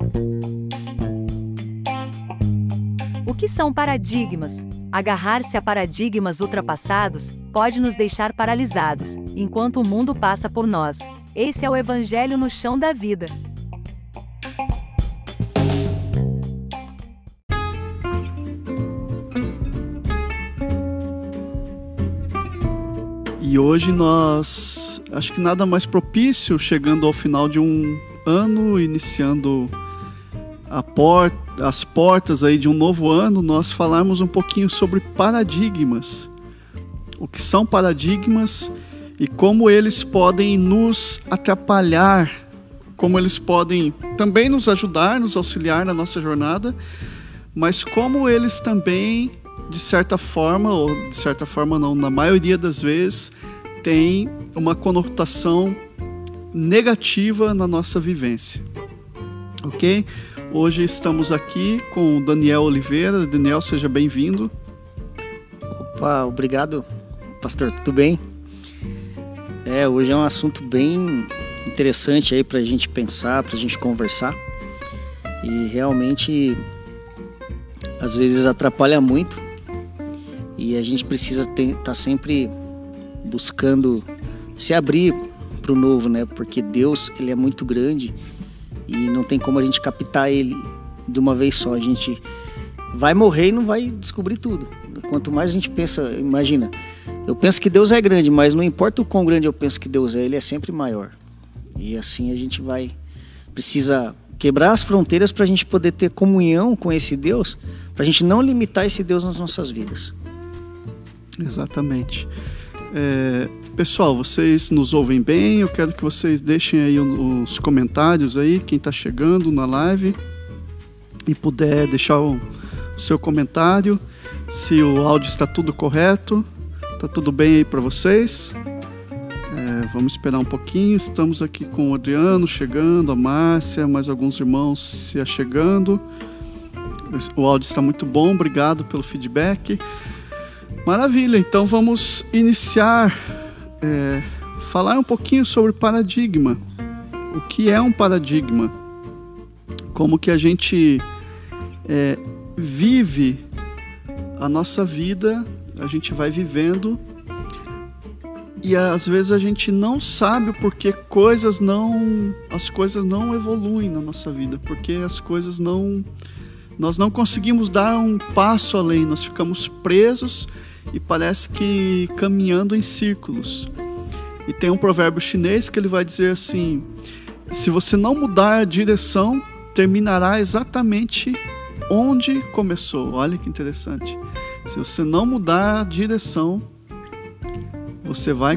O que são paradigmas? Agarrar-se a paradigmas ultrapassados pode nos deixar paralisados, enquanto o mundo passa por nós. Esse é o Evangelho no chão da vida. E hoje nós, acho que nada mais propício, chegando ao final de um ano, iniciando as portas aí de um novo ano, nós falarmos um pouquinho sobre paradigmas. O que são paradigmas e como eles podem nos atrapalhar, como eles podem também nos ajudar, nos auxiliar na nossa jornada, mas como eles também, de certa forma, ou de certa forma não, na maioria das vezes, têm uma conotação negativa na nossa vivência. Ok? Hoje estamos aqui com o Daniel Oliveira. Daniel, seja bem-vindo. Opa, obrigado, pastor. Tudo bem? Hoje é um assunto bem interessante aí para a gente pensar, para a gente conversar. E realmente, às vezes atrapalha muito. E a gente precisa estar sempre buscando se abrir para o novo, né? Porque Deus, ele é muito grande e não tem como a gente captar ele de uma vez só. A gente vai morrer e não vai descobrir tudo. Quanto mais a gente pensa, imagina, eu penso que Deus é grande, mas não importa o quão grande eu penso que Deus é, ele é sempre maior. E assim a gente precisa quebrar as fronteiras para a gente poder ter comunhão com esse Deus, para a gente não limitar esse Deus nas nossas vidas. Exatamente. Pessoal, vocês nos ouvem bem? Eu quero que vocês deixem aí os comentários aí, quem está chegando na live, e puder deixar o seu comentário, se o áudio está tudo correto, está tudo bem aí para vocês. Vamos esperar um pouquinho. Estamos aqui com o Adriano chegando, a Márcia, mais alguns irmãos se achegando. O áudio está muito bom, obrigado pelo feedback. Maravilha, então vamos iniciar, falar um pouquinho sobre paradigma. O que é um paradigma? Como que a gente vive a nossa vida, a gente vai vivendo e às vezes a gente não sabe o porquê as coisas não evoluem na nossa vida, porque nós não conseguimos dar um passo além, nós ficamos presos e parece que caminhando em círculos. E tem um provérbio chinês que ele vai dizer assim: se você não mudar a direção, terminará exatamente onde começou. Olha que interessante. Se você não mudar a direção, você vai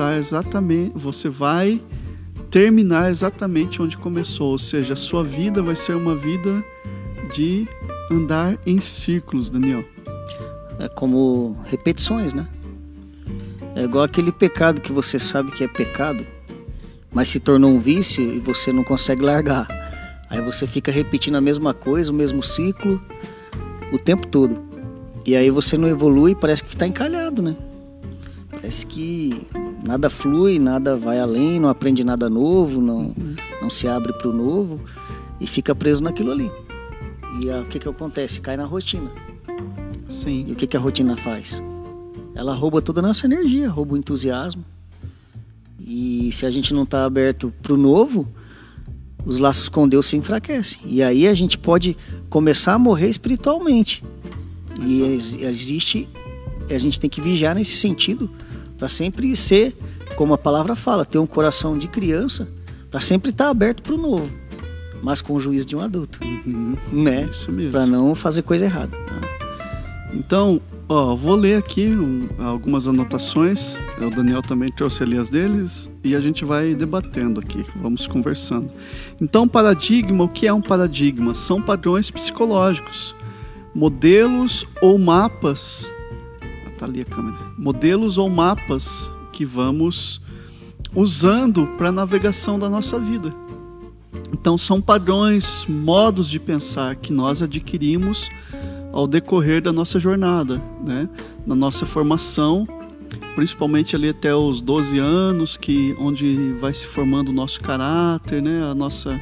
terminar exatamente onde começou. Ou seja, a sua vida vai ser uma vida de andar em círculos, Daniel. É como repetições, né? É igual aquele pecado que você sabe que é pecado, mas se tornou um vício e você não consegue largar. Aí você fica repetindo a mesma coisa, o mesmo ciclo, o tempo todo. E aí você não evolui, parece que está encalhado, né? Parece que nada flui, nada vai além, não aprende nada novo, não se abre para o novo e fica preso naquilo ali. E o que acontece? Cai na rotina. Sim. E o que a rotina faz? Ela rouba toda a nossa energia, rouba o entusiasmo. E se a gente não está aberto para o novo, os laços com Deus se enfraquecem. E aí a gente pode começar a morrer espiritualmente. E a gente tem que vigiar nesse sentido, para sempre ser, como a palavra fala, ter um coração de criança, para sempre estar aberto para o novo, mas com o juízo de um adulto, né? Isso mesmo. Para não fazer coisa errada. Então, vou ler aqui algumas anotações. O Daniel também trouxe ali as deles e a gente vai debatendo aqui, vamos conversando. Então, paradigma, o que é um paradigma? São padrões psicológicos, modelos ou mapas. Tá ali a câmera. Modelos ou mapas que vamos usando para a navegação da nossa vida. Então, são padrões, modos de pensar que nós adquirimos ao decorrer da nossa jornada, né? Na nossa formação, principalmente ali até os 12 anos, onde vai se formando o nosso caráter, né? A nossa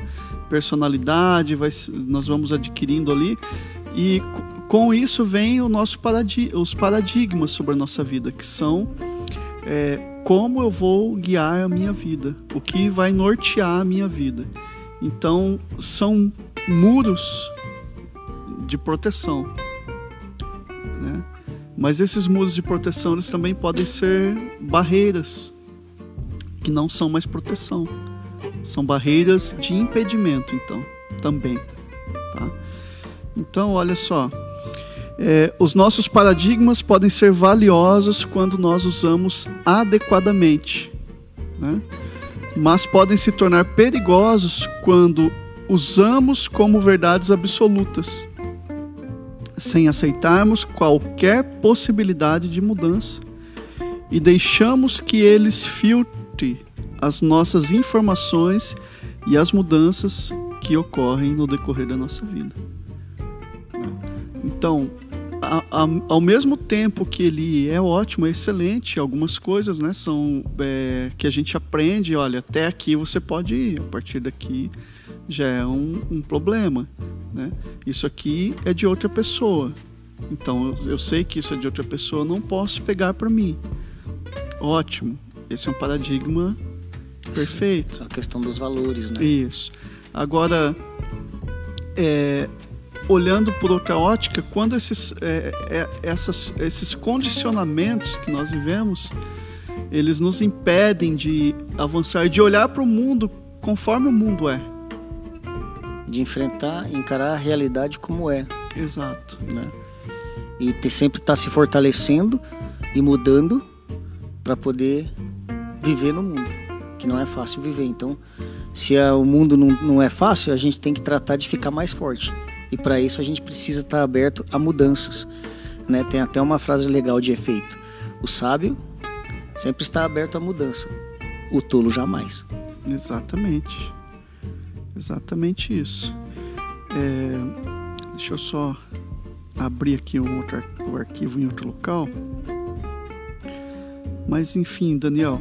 personalidade, nós vamos adquirindo ali, e com isso vem os paradigmas sobre a nossa vida, que são como eu vou guiar a minha vida, o que vai nortear a minha vida. Então, são muros de proteção, né? Mas esses muros de proteção, eles também podem ser barreiras, que não são mais proteção. São barreiras de impedimento, então, também. Tá? Então, olha só. Os nossos paradigmas podem ser valiosos quando nós usamos adequadamente, né? Mas podem se tornar perigosos quando usamos como verdades absolutas, sem aceitarmos qualquer possibilidade de mudança e deixamos que eles filtrem as nossas informações e as mudanças que ocorrem no decorrer da nossa vida. Então, ao mesmo tempo que ele é ótimo, é excelente, algumas coisas, né, são que a gente aprende, olha, até aqui você pode ir, a partir daqui já é um problema, né? Isso aqui é de outra pessoa, então eu sei que isso é de outra pessoa, não posso pegar para mim. Ótimo, esse é um paradigma perfeito. É a questão dos valores, né? Isso. Agora, olhando por outra ótica, quando esses condicionamentos que nós vivemos, eles nos impedem de avançar, de olhar para o mundo conforme o mundo é. De encarar a realidade como é. Exato. Né? E sempre estar se fortalecendo e mudando para poder viver no mundo, que não é fácil viver. Então, se o mundo não é fácil, a gente tem que tratar de ficar mais forte. E para isso a gente precisa estar aberto a mudanças, né? Tem até uma frase legal de efeito: o sábio sempre está aberto à mudança, o tolo jamais. Exatamente. Exatamente isso. Deixa eu só abrir aqui o arquivo em outro local. Mas enfim, Daniel,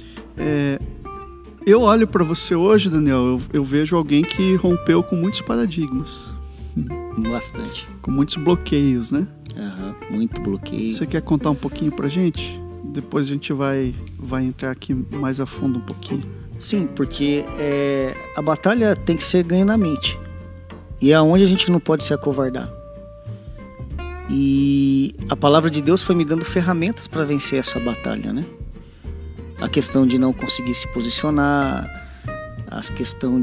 eu olho para você hoje, Daniel, eu vejo alguém que rompeu com muitos paradigmas. Bastante. Com muitos bloqueios, né? Muito bloqueio. Você quer contar um pouquinho pra gente? Depois a gente vai entrar aqui mais a fundo um pouquinho. Sim, porque a batalha tem que ser ganha na mente. E é onde a gente não pode se acovardar. E a palavra de Deus foi me dando ferramentas para vencer essa batalha, né? A questão de não conseguir se posicionar, a questão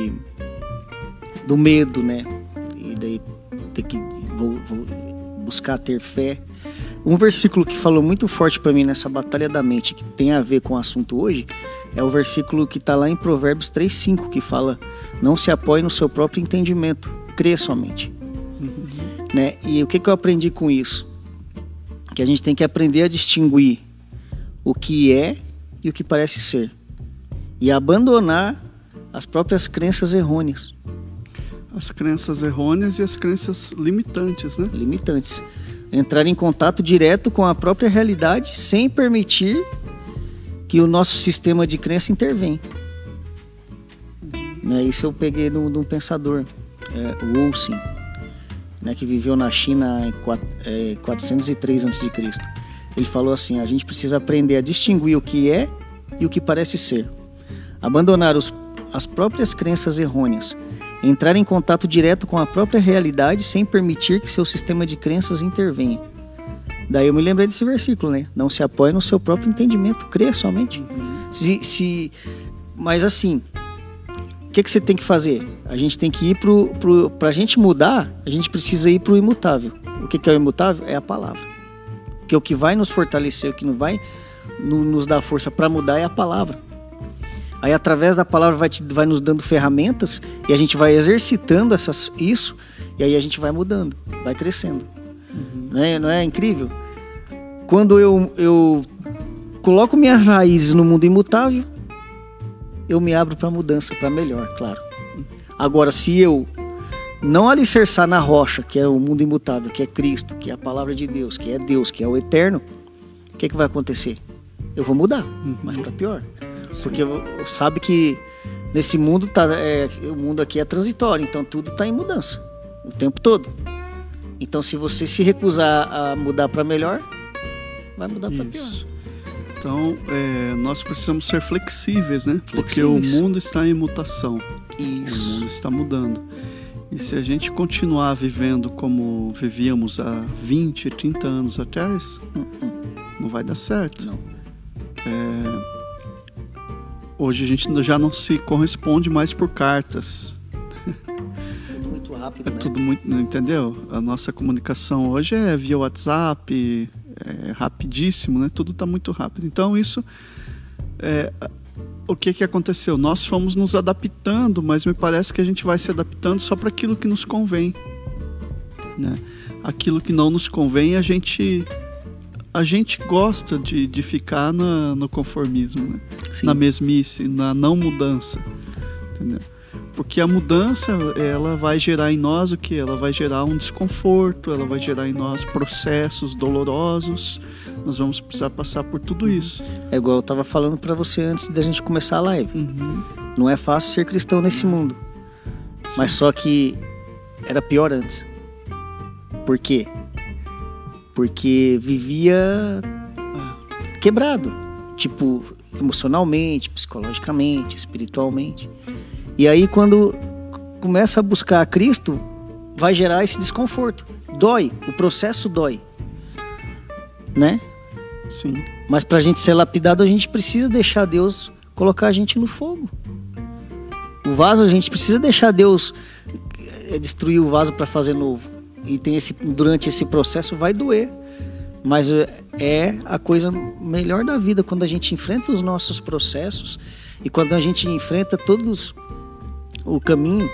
do medo, né? E daí ter que buscar ter fé. Um versículo que falou muito forte para mim nessa batalha da mente, que tem a ver com o assunto hoje, é o versículo que está lá em Provérbios 3:5, que fala: não se apoie no seu próprio entendimento, crê somente. Né? E o que eu aprendi com isso? Que a gente tem que aprender a distinguir o que é e o que parece ser, e abandonar as próprias crenças errôneas. As crenças errôneas e as crenças limitantes, né? Limitantes. Entrar em contato direto com a própria realidade sem permitir que o nosso sistema de crença intervenha. Isso eu peguei de um pensador, o Wu Xing, né, que viveu na China em 403 a.C. Ele falou assim: a gente precisa aprender a distinguir o que é e o que parece ser, abandonar as próprias crenças errôneas, entrar em contato direto com a própria realidade sem permitir que seu sistema de crenças intervenha. Daí eu me lembrei desse versículo, né? Não se apoie no seu próprio entendimento, crê somente. Mas assim, o que você tem que fazer? A gente tem que ir para a gente mudar, a gente precisa ir para o imutável. O que é o imutável? É a palavra. Porque o que vai nos fortalecer, o que não vai nos dar força para mudar é a palavra. Aí através da palavra vai nos dando ferramentas e a gente vai exercitando isso, e aí a gente vai mudando, vai crescendo. Não é incrível? Quando eu coloco minhas raízes no mundo imutável, eu me abro para mudança, para melhor, claro. Agora, se eu não alicerçar na rocha, que é o mundo imutável, que é Cristo, que é a palavra de Deus, que é o eterno, o que vai acontecer? Eu vou mudar, mas para pior. Porque sabe que Nesse mundo, o mundo aqui é transitório, então tudo está em mudança, o tempo todo. Então, se você se recusar a mudar para melhor, vai mudar para pior. Então, nós precisamos ser flexíveis, né? Porque o mundo está em mutação. Isso. O mundo está mudando. E se a gente continuar vivendo como vivíamos há 20, 30 anos atrás, não vai dar certo. Não. Hoje a gente já não se corresponde mais por cartas. Tudo muito rápido, né? Tudo muito, entendeu? A nossa comunicação hoje é via WhatsApp, rapidíssimo, né? Tudo está muito rápido. Então isso, o que aconteceu? Nós fomos nos adaptando, mas me parece que a gente vai se adaptando só para aquilo que nos convém, né? Aquilo que não nos convém, a gente gosta de ficar no conformismo, né? Na mesmice, na não mudança, entendeu? Porque a mudança, ela vai gerar em nós o quê? Ela vai gerar um desconforto, ela vai gerar em nós processos dolorosos. Nós vamos precisar passar por tudo isso. É igual eu estava falando para você antes da gente começar a live. Não é fácil ser cristão nesse mundo. Sim. Mas só que era pior antes. Por quê? Porque vivia quebrado. Tipo, emocionalmente, psicologicamente, espiritualmente. E aí, quando começa a buscar a Cristo, vai gerar esse desconforto. Dói, o processo dói. Né? Sim. Mas pra gente ser lapidado, a gente precisa deixar Deus colocar a gente no fogo. O vaso, a gente precisa deixar Deus destruir o vaso para fazer novo. E durante esse processo vai doer. Mas é a coisa melhor da vida, quando a gente enfrenta os nossos processos e quando a gente enfrenta todos o caminho,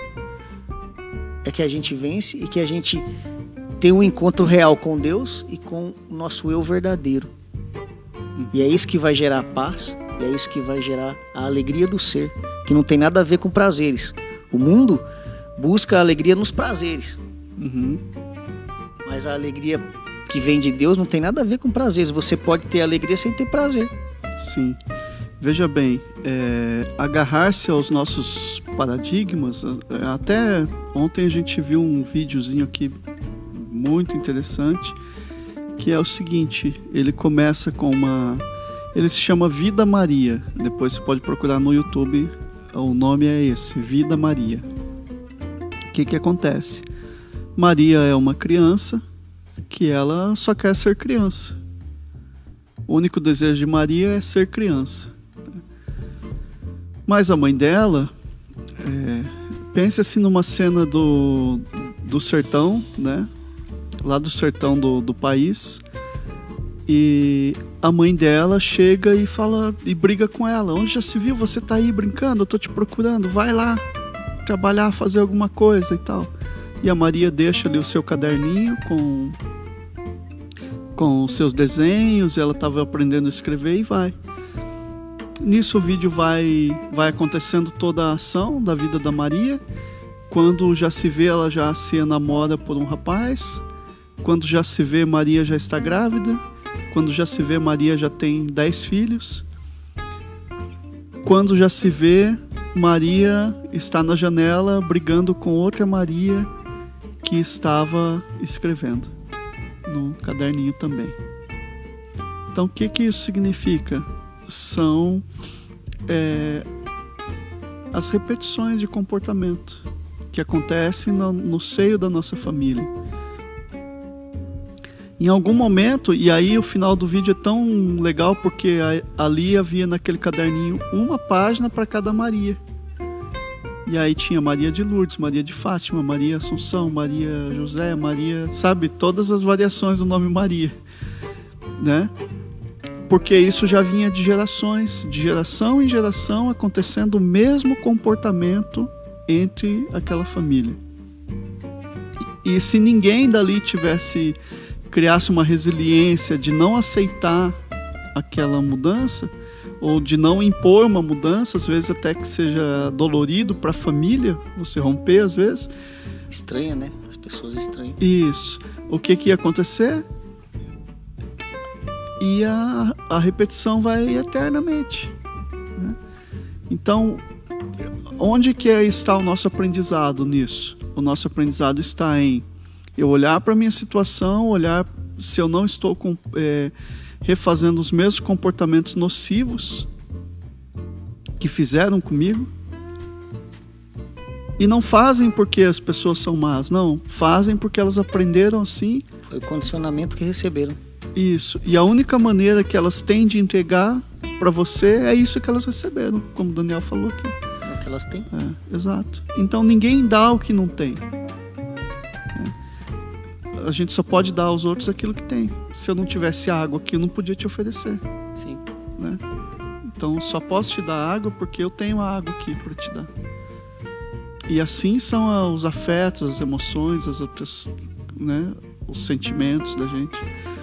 é que a gente vence e que a gente tem um encontro real com Deus e com o nosso eu verdadeiro. E é isso que vai gerar paz, e é isso que vai gerar a alegria do ser, que não tem nada a ver com prazeres. O mundo busca a alegria nos prazeres. Mas a alegria que vem de Deus não tem nada a ver com prazeres. Você pode ter alegria sem ter prazer. Sim. Veja bem, agarrar-se aos nossos paradigmas, até ontem a gente viu um videozinho aqui muito interessante, que é o seguinte, ele começa com ele se chama Vida Maria, depois você pode procurar no YouTube, o nome é esse, Vida Maria. O que acontece? Maria é uma criança que ela só quer ser criança. O único desejo de Maria é ser criança. Mas a mãe dela, pense assim numa cena do sertão, né? Lá do sertão do país, e a mãe dela chega e fala e briga com ela. Onde já se viu? Você tá aí brincando? Eu tô te procurando. Vai lá trabalhar, fazer alguma coisa e tal. E a Maria deixa ali o seu caderninho com os seus desenhos. Ela estava aprendendo a escrever e vai. Nisso o vídeo vai acontecendo toda a ação da vida da Maria. Quando já se vê, ela já se enamora por um rapaz. Quando já se vê, Maria já está grávida. Quando já se vê, Maria já tem 10 filhos. Quando já se vê, Maria está na janela brigando com outra Maria que estava escrevendo no caderninho também. Então, o que isso significa? São as repetições de comportamento que acontecem no seio da nossa família. Em algum momento, e aí o final do vídeo é tão legal porque ali havia naquele caderninho uma página para cada Maria. E aí tinha Maria de Lourdes, Maria de Fátima, Maria Assunção, Maria José, Maria, sabe, todas as variações do nome Maria, né? Porque isso já vinha de gerações, de geração em geração, acontecendo o mesmo comportamento entre aquela família. E se ninguém dali criasse uma resiliência de não aceitar aquela mudança, ou de não impor uma mudança, às vezes até que seja dolorido para a família, você romper às vezes. Estranha, né? As pessoas estranham. Isso. O que ia acontecer? E a repetição vai eternamente, né? Então, onde que está o nosso aprendizado nisso? O nosso aprendizado está em eu olhar para a minha situação, olhar se eu não estou refazendo os mesmos comportamentos nocivos que fizeram comigo. E não fazem porque as pessoas são más, não. Fazem porque elas aprenderam assim. Foi o condicionamento que receberam. Isso. E a única maneira que elas têm de entregar para você é isso que elas receberam, como o Daniel falou aqui. É o que elas têm. Exato. Então ninguém dá o que não tem. A gente só pode dar aos outros aquilo que tem. Se eu não tivesse água aqui, eu não podia te oferecer. Sim. Né? Então só posso te dar água porque eu tenho a água aqui para te dar. E assim são os afetos, as emoções, as outras, né, os sentimentos da gente.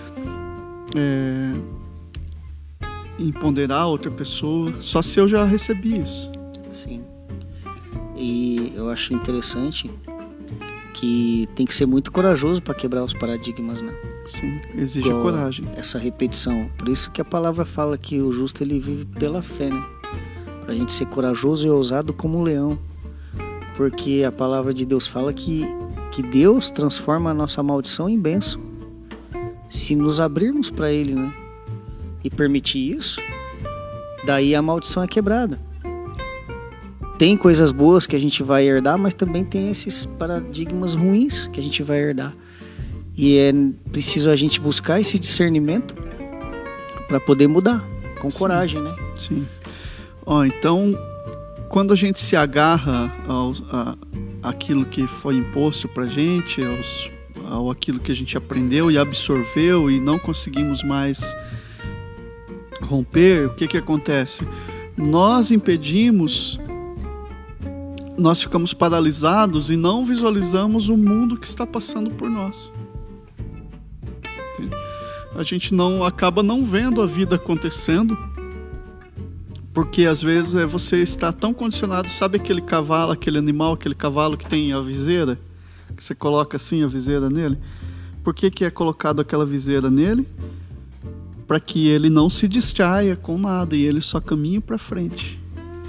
Em ponderar outra pessoa, só se eu já recebi isso. Sim. E eu acho interessante que tem que ser muito corajoso para quebrar os paradigmas, né? Sim, exige coragem. Essa repetição. Por isso que a palavra fala que o justo ele vive pela fé, né? Pra gente ser corajoso e ousado como um leão. Porque a palavra de Deus fala que Deus transforma a nossa maldição em bênção. Se nos abrirmos para Ele, né? E permitir isso, daí a maldição é quebrada. Tem coisas boas que a gente vai herdar, mas também tem esses paradigmas ruins que a gente vai herdar. E é preciso a gente buscar esse discernimento para poder mudar, com coragem, né? Sim. Então, quando a gente se agarra àquilo que foi imposto para a gente, ao aquilo que a gente aprendeu e absorveu e não conseguimos mais romper, o que acontece? Nós impedimos, nós ficamos paralisados e não visualizamos o mundo que está passando por nós. A gente acaba não vendo a vida acontecendo, porque às vezes você está tão condicionado, sabe aquele cavalo, aquele animal, aquele cavalo que tem a viseira, que você coloca assim a viseira nele? Por que é colocado aquela viseira nele? Para que ele não se distraia com nada e ele só caminhe para frente.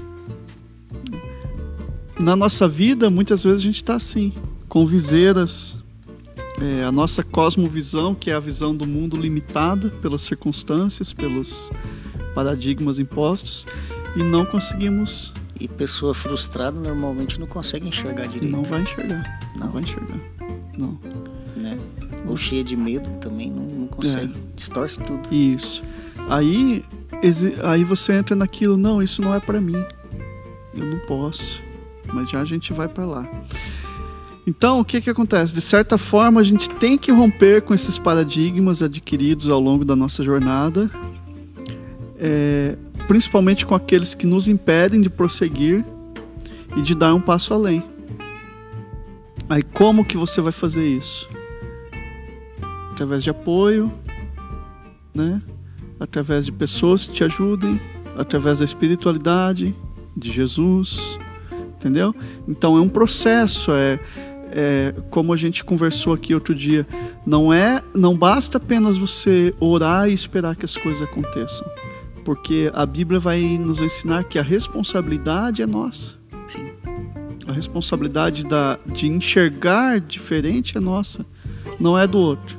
Na nossa vida, muitas vezes a gente está assim, com viseiras, a nossa cosmovisão, que é a visão do mundo limitada pelas circunstâncias, pelos paradigmas impostos, e não conseguimos. E pessoa frustrada normalmente não consegue enxergar direito. Não vai enxergar. Não vai enxergar. Não. Né? Ou cheia de medo também não consegue. Distorce tudo. Isso. Aí você entra naquilo, não, isso não é para mim. Eu não posso. Mas já a gente vai para lá. Então, o que acontece? De certa forma, a gente tem que romper com esses paradigmas adquiridos ao longo da nossa jornada, principalmente com aqueles que nos impedem de prosseguir e de dar um passo além. Aí, como que você vai fazer isso? Através de apoio, né? Através de pessoas que te ajudem, através da espiritualidade de Jesus, entendeu? Então é um processo, como a gente conversou aqui outro dia, não basta apenas você orar e esperar que as coisas aconteçam, porque a Bíblia vai nos ensinar que a responsabilidade é nossa. Sim. A responsabilidade de enxergar diferente é nossa, não é do outro.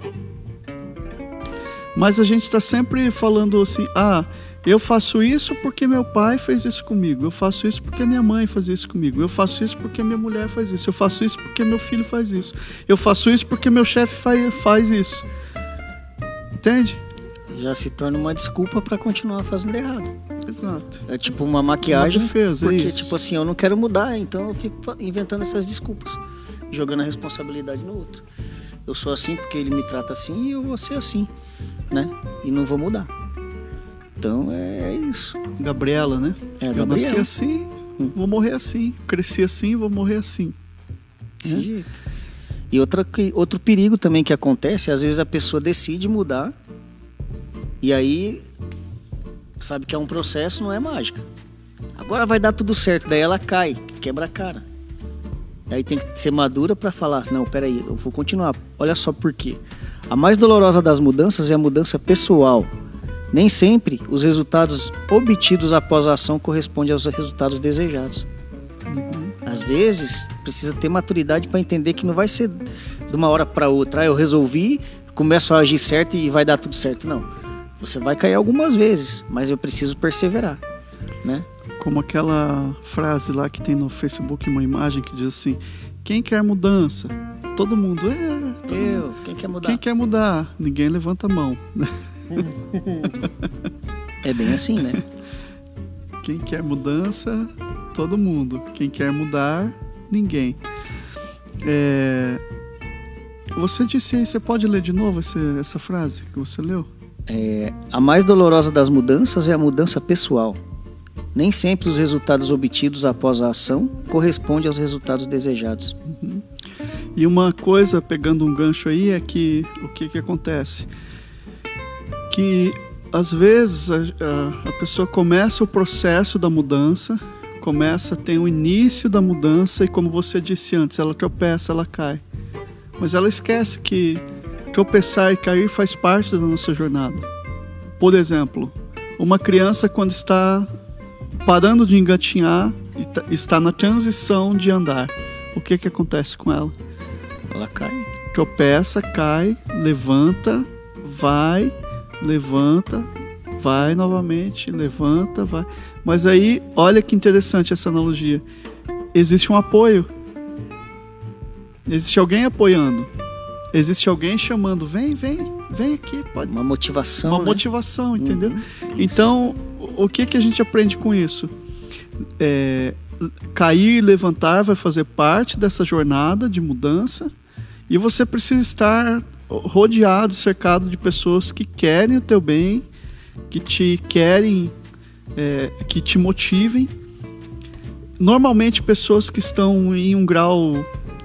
Mas a gente está sempre falando assim, eu faço isso porque meu pai fez isso comigo, eu faço isso porque minha mãe faz isso comigo, eu faço isso porque minha mulher faz isso, eu faço isso porque meu filho faz isso, eu faço isso porque meu chefe faz isso. Entende? Já se torna uma desculpa para continuar fazendo errado. Exato. É tipo uma maquiagem, uma defesa, porque isso. Tipo assim, eu não quero mudar, então eu fico inventando essas desculpas, jogando a responsabilidade no outro. Eu sou assim porque ele me trata assim e eu vou ser assim, né? E não vou mudar. Então é isso. Gabriela, né? Eu nasci assim, vou morrer assim. Cresci assim, vou morrer assim. Desse jeito. E outro perigo também que acontece, às vezes a pessoa decide mudar e aí sabe que é um processo, não é mágica. Agora vai dar tudo certo, daí ela cai, quebra a cara. Aí tem que ser madura para falar, não, peraí, eu vou continuar. Olha só por quê. A mais dolorosa das mudanças é a mudança pessoal. Nem sempre os resultados obtidos após a ação correspondem aos resultados desejados. Às vezes, precisa ter maturidade para entender que não vai ser de uma hora para outra. Eu resolvi, começo a agir certo e vai dar tudo certo. Não. Você vai cair algumas vezes, mas eu preciso perseverar, né? Como aquela frase lá que tem no Facebook, uma imagem que diz assim: quem quer mudança? Todo mundo. Quem quer mudar? Quem quer mudar? Ninguém levanta a mão. É bem assim, né? Quem quer mudança? Todo mundo. Quem quer mudar? Ninguém. Você disse aí, você pode ler de novo essa frase que você leu? A mais dolorosa das mudanças é a mudança pessoal. Nem sempre os resultados obtidos após a ação correspondem aos resultados desejados. Uhum. E uma coisa, pegando um gancho aí, é que o que acontece? Que às vezes a pessoa começa o processo da mudança, tem o início da mudança e, como você disse antes, ela tropeça, ela cai. Mas ela esquece que tropeçar e cair faz parte da nossa jornada. Por exemplo, uma criança quando está parando de engatinhar e está na transição de andar, o que acontece com ela? Ela cai. Tropeça, cai, levanta, vai, levanta, vai novamente, levanta, vai. Mas aí, olha que interessante essa analogia. Existe um apoio. Existe alguém apoiando. Existe alguém chamando, vem aqui, pode. Uma motivação. Uma motivação, entendeu? Isso. Então, o que a gente aprende com isso? Cair e levantar vai fazer parte dessa jornada de mudança. E você precisa estar rodeado, cercado de pessoas que querem o teu bem, que te querem, que te motivem. Normalmente pessoas que estão em um grau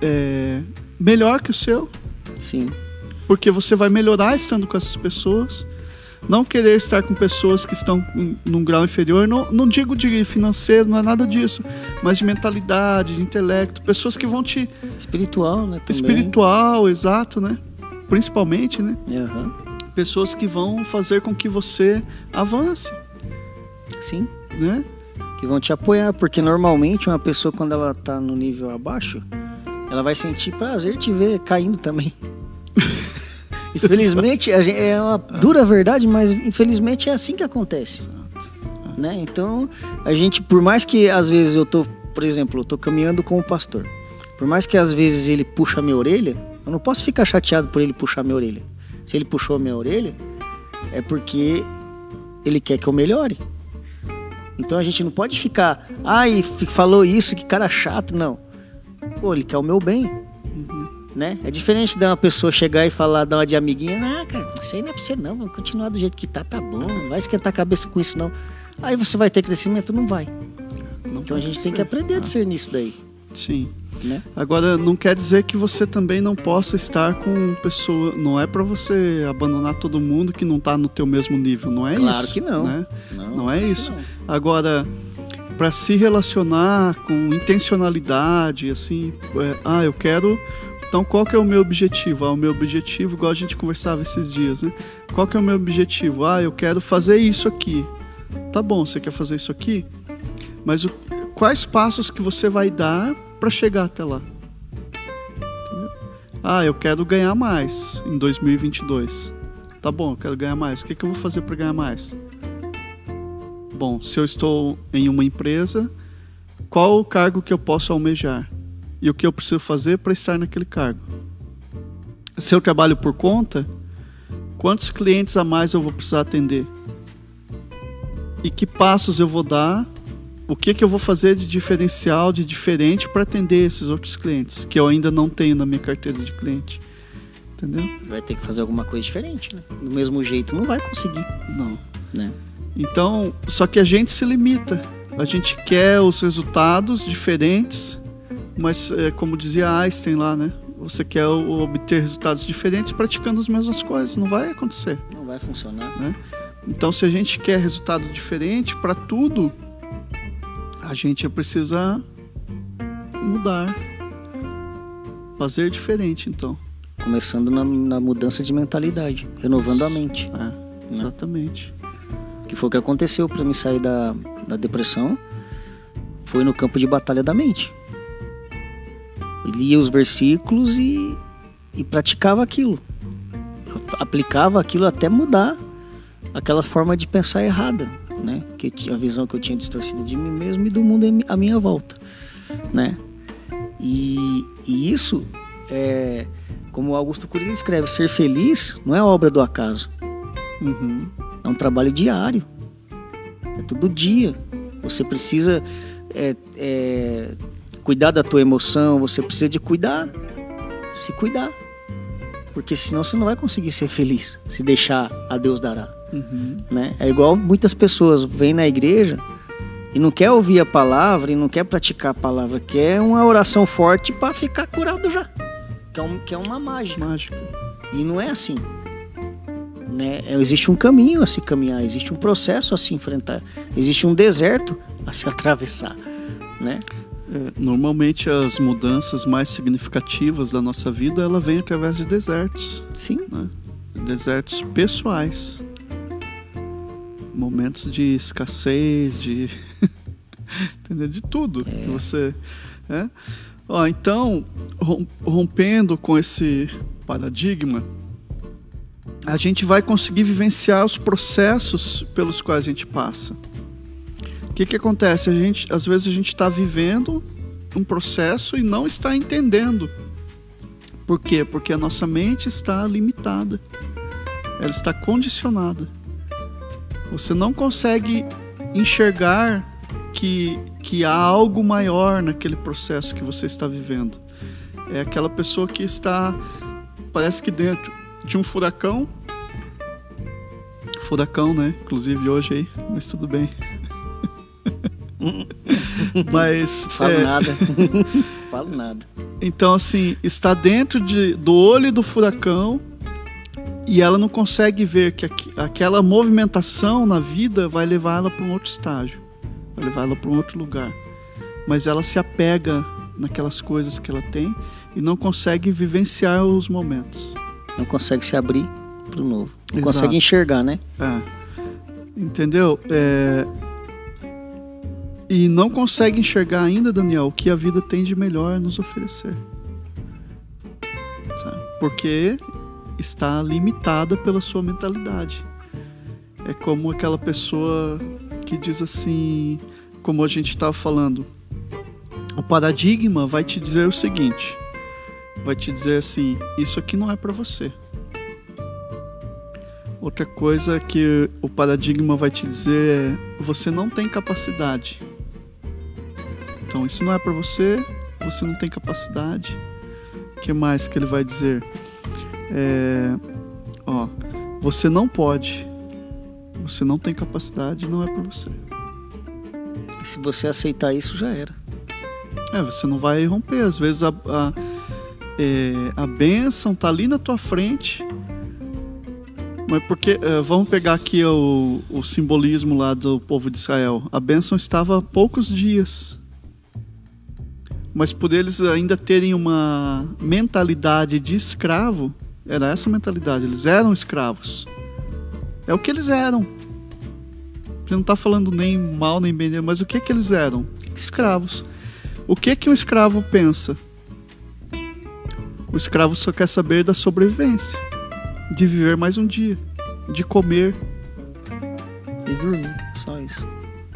melhor que o seu. Sim. Porque você vai melhorar estando com essas pessoas. Não querer estar com pessoas que estão num grau inferior, não digo de financeiro, não é nada disso, mas de mentalidade, de intelecto, pessoas que vão te... Espiritual, né? Também. Espiritual, exato, né? Principalmente, né? Uhum. Pessoas que vão fazer com que você avance. Sim. Né? Que vão te apoiar, porque normalmente uma pessoa, quando ela tá no nível abaixo, ela vai sentir prazer te ver caindo também. Infelizmente, é uma dura verdade, mas infelizmente é assim que acontece. Né? Então, a gente, por mais que às vezes por exemplo, eu tô caminhando com o pastor. Por mais que às vezes ele puxa a minha orelha, eu não posso ficar chateado por ele puxar a minha orelha. Se ele puxou a minha orelha, é porque ele quer que eu melhore. Então a gente não pode ficar, falou isso, que cara chato, não. Pô, ele quer o meu bem. Né? É diferente de uma pessoa chegar e falar, dar uma de amiguinha, cara, isso aí não é pra você não, vamos continuar do jeito que tá bom, não vai esquentar a cabeça com isso não. Aí você vai ter crescimento? Não vai. Então a gente tem que aprender a discernir nisso daí. Sim. Né? Agora, não quer dizer que você também não possa estar com pessoa, não é pra você abandonar todo mundo que não tá no teu mesmo nível, não é isso. Claro que não. Né? Não é isso. Não. Agora, para se relacionar com intencionalidade, assim, eu quero... Então, qual que é o meu objetivo? O meu objetivo, igual a gente conversava esses dias, né? Qual que é o meu objetivo? Eu quero fazer isso aqui. Tá bom, você quer fazer isso aqui? Mas quais passos que você vai dar para chegar até lá? Entendeu? Eu quero ganhar mais em 2022. Tá bom, eu quero ganhar mais. O que eu vou fazer para ganhar mais? Bom, se eu estou em uma empresa, qual o cargo que eu posso almejar? E o que eu preciso fazer para estar naquele cargo? Se eu trabalho por conta, quantos clientes a mais eu vou precisar atender? E que passos eu vou dar? O que eu vou fazer de diferencial, de diferente para atender esses outros clientes que eu ainda não tenho na minha carteira de cliente? Entendeu? Vai ter que fazer alguma coisa diferente, né? Do mesmo jeito não vai conseguir. Não. Né? Então, só que a gente se limita. A gente quer os resultados diferentes. Mas, como dizia Einstein lá, né? Você quer obter resultados diferentes praticando as mesmas coisas. Não vai acontecer. Não vai funcionar. Né? Então, se a gente quer resultado diferente para tudo, a gente precisa mudar. Fazer diferente, então. Começando na mudança de mentalidade. Renovando a mente. Exatamente. Que foi o que aconteceu para mim sair da depressão. Foi no campo de batalha da mente. lia os versículos e praticava aquilo. Aplicava aquilo até mudar aquela forma de pensar errada, né? A visão que eu tinha distorcida de mim mesmo e do mundo à minha volta, né? E isso é, como o Augusto Cury escreve, ser feliz não é obra do acaso. Uhum. É um trabalho diário. É todo dia. Você precisa cuidar da tua emoção, você precisa de se cuidar. Porque senão você não vai conseguir ser feliz, se deixar a Deus dará. Uhum. Né? É igual muitas pessoas vêm na igreja e não quer ouvir a palavra e não quer praticar a palavra, quer uma oração forte para ficar curado já. Que é uma mágica. E não é assim. Né? Existe um caminho a se caminhar, existe um processo a se enfrentar, existe um deserto a se atravessar. Né? Normalmente as mudanças mais significativas da nossa vida, ela vem através de desertos. Sim. Né? Desertos pessoais. Momentos de escassez, de entendeu? De tudo que você então, rompendo com esse paradigma, a gente vai conseguir vivenciar os processos pelos quais a gente passa. O que acontece? Às vezes a gente está vivendo um processo e não está entendendo. Por quê? Porque a nossa mente está limitada. Ela está condicionada. Você não consegue enxergar que há algo maior naquele processo que você está vivendo. É aquela pessoa que está, parece que dentro de um furacão. Furacão, né? Inclusive hoje aí, mas tudo bem. Mas Falo nada. Então, assim, está dentro do olho do furacão e ela não consegue ver que aquela movimentação na vida vai levar ela para um outro estágio, vai levar ela para um outro lugar. Mas ela se apega naquelas coisas que ela tem e não consegue vivenciar os momentos. Não consegue se abrir para o novo. Não Exato. Consegue enxergar, né? Entendeu? E não consegue enxergar ainda, Daniel, o que a vida tem de melhor a nos oferecer. Sabe? Porque está limitada pela sua mentalidade. É como aquela pessoa que diz assim, como a gente estava falando, o paradigma vai te dizer o seguinte, vai te dizer assim, isso aqui não é para você. Outra coisa que o paradigma vai te dizer é, você não tem capacidade. Então isso não é para você, você não tem capacidade. O que mais que ele vai dizer? Você não pode, você não tem capacidade, não é para você. E se você aceitar isso, já era. Você não vai romper. Às vezes a bênção está ali na tua frente, mas porque vamos pegar aqui o simbolismo lá do povo de Israel. A bênção estava há poucos dias. Mas por eles ainda terem uma mentalidade de escravo, era essa mentalidade, eles eram escravos. É o que eles eram. Ele não está falando nem mal nem bem, mas o que eles eram? Escravos. O que um escravo pensa? O escravo só quer saber da sobrevivência, de viver mais um dia, de comer. E dormir, só isso.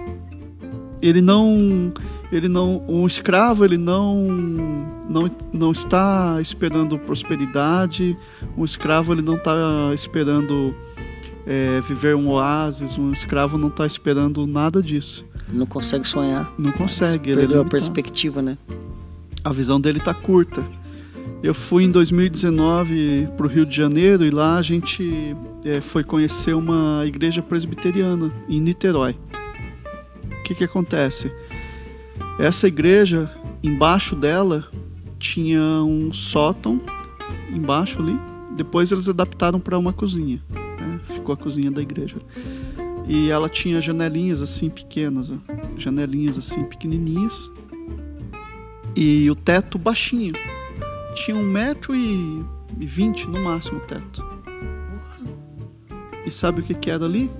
Um escravo, ele não está esperando prosperidade. Um escravo, ele não está esperando viver um oásis. Um escravo não está esperando nada disso. Ele não consegue sonhar. Não consegue. Ele perdeu a perspectiva, né? A visão dele está curta. Eu fui em 2019 para o Rio de Janeiro e lá a gente foi conhecer uma igreja presbiteriana em Niterói. O que acontece? Essa igreja, embaixo dela, tinha um sótão, embaixo ali. Depois eles adaptaram para uma cozinha. Né? Ficou a cozinha da igreja. E ela tinha janelinhas assim pequenas, janelinhas assim pequenininhas. E o teto baixinho. Tinha 1,20 m no máximo o teto. E sabe o que era ali?